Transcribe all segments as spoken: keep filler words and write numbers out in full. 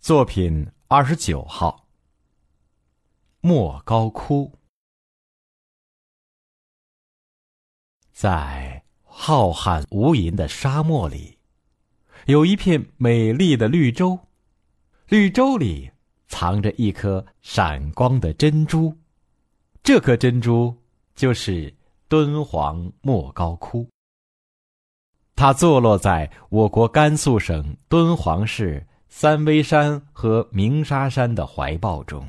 作品二十九号。莫高窟。在浩瀚无垠的沙漠里，有一片美丽的绿洲，绿洲里藏着一颗闪光的珍珠，这颗珍珠就是敦煌莫高窟。它坐落在我国甘肃省敦煌市三危山和鸣沙山的怀抱中。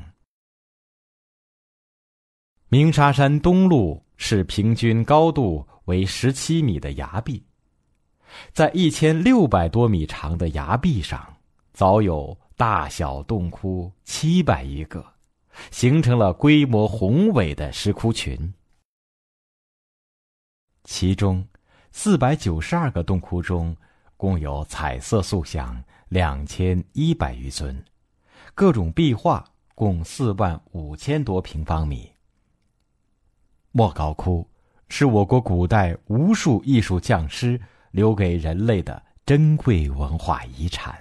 鸣沙山东麓是平均高度为十七米的崖壁，在一千六百多米长的崖壁上，早有大小洞窟七百余个，形成了规模宏伟的石窟群。其中四百九十二个洞窟中，共有彩色塑像两千一百余尊，各种壁画共四万五千多平方米。莫高窟是我国古代无数艺术匠师留给人类的珍贵文化遗产。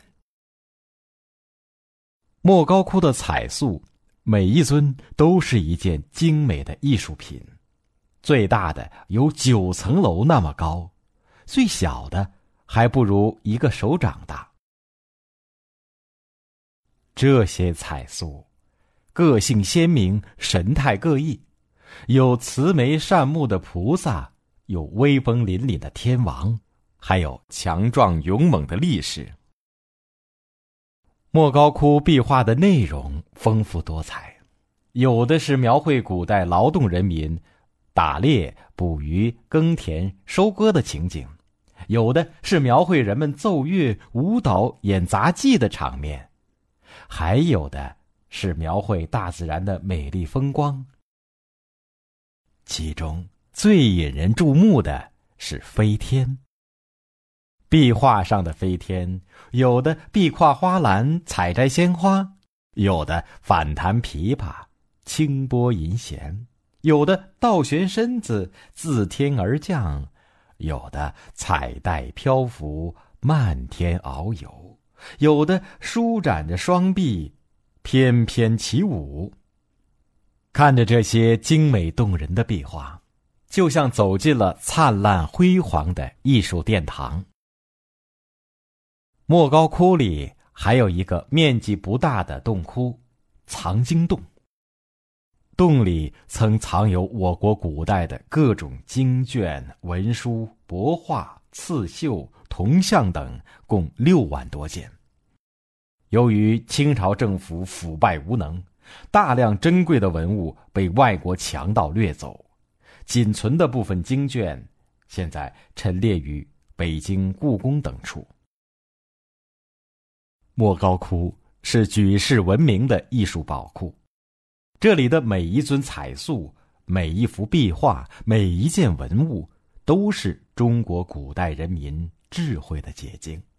莫高窟的彩塑，每一尊都是一件精美的艺术品，最大的有九层楼那么高，最小的还不如一个手掌大。这些彩塑个性鲜明，神态各异，有慈眉善目的菩萨，有威风凛凛的天王，还有强壮勇猛的力士。莫高窟壁画的内容丰富多彩，有的是描绘古代劳动人民打猎、捕鱼、耕田、收割的情景，有的是描绘人们奏乐、舞蹈、演杂技的场面，还有的是描绘大自然的美丽风光。其中最引人注目的是飞天。壁画上的飞天，有的壁跨花篮采摘鲜花，有的反弹琵琶轻拨银弦，有的倒悬身子自天而降，有的彩带漂浮漫天遨游，有的舒展着双臂翩翩起舞。看着这些精美动人的壁画，就像走进了灿烂辉煌的艺术殿堂。莫高窟里还有一个面积不大的洞窟藏经洞，洞里曾藏有我国古代的各种经卷、文书、帛画、刺绣、铜像等，共六万多件。由于清朝政府腐败无能，大量珍贵的文物被外国强盗掠走，仅存的部分经卷现在陈列于北京故宫等处。莫高窟是举世闻名的艺术宝库，这里的每一尊彩塑、每一幅壁画、每一件文物，都是中国古代人民智慧的结晶。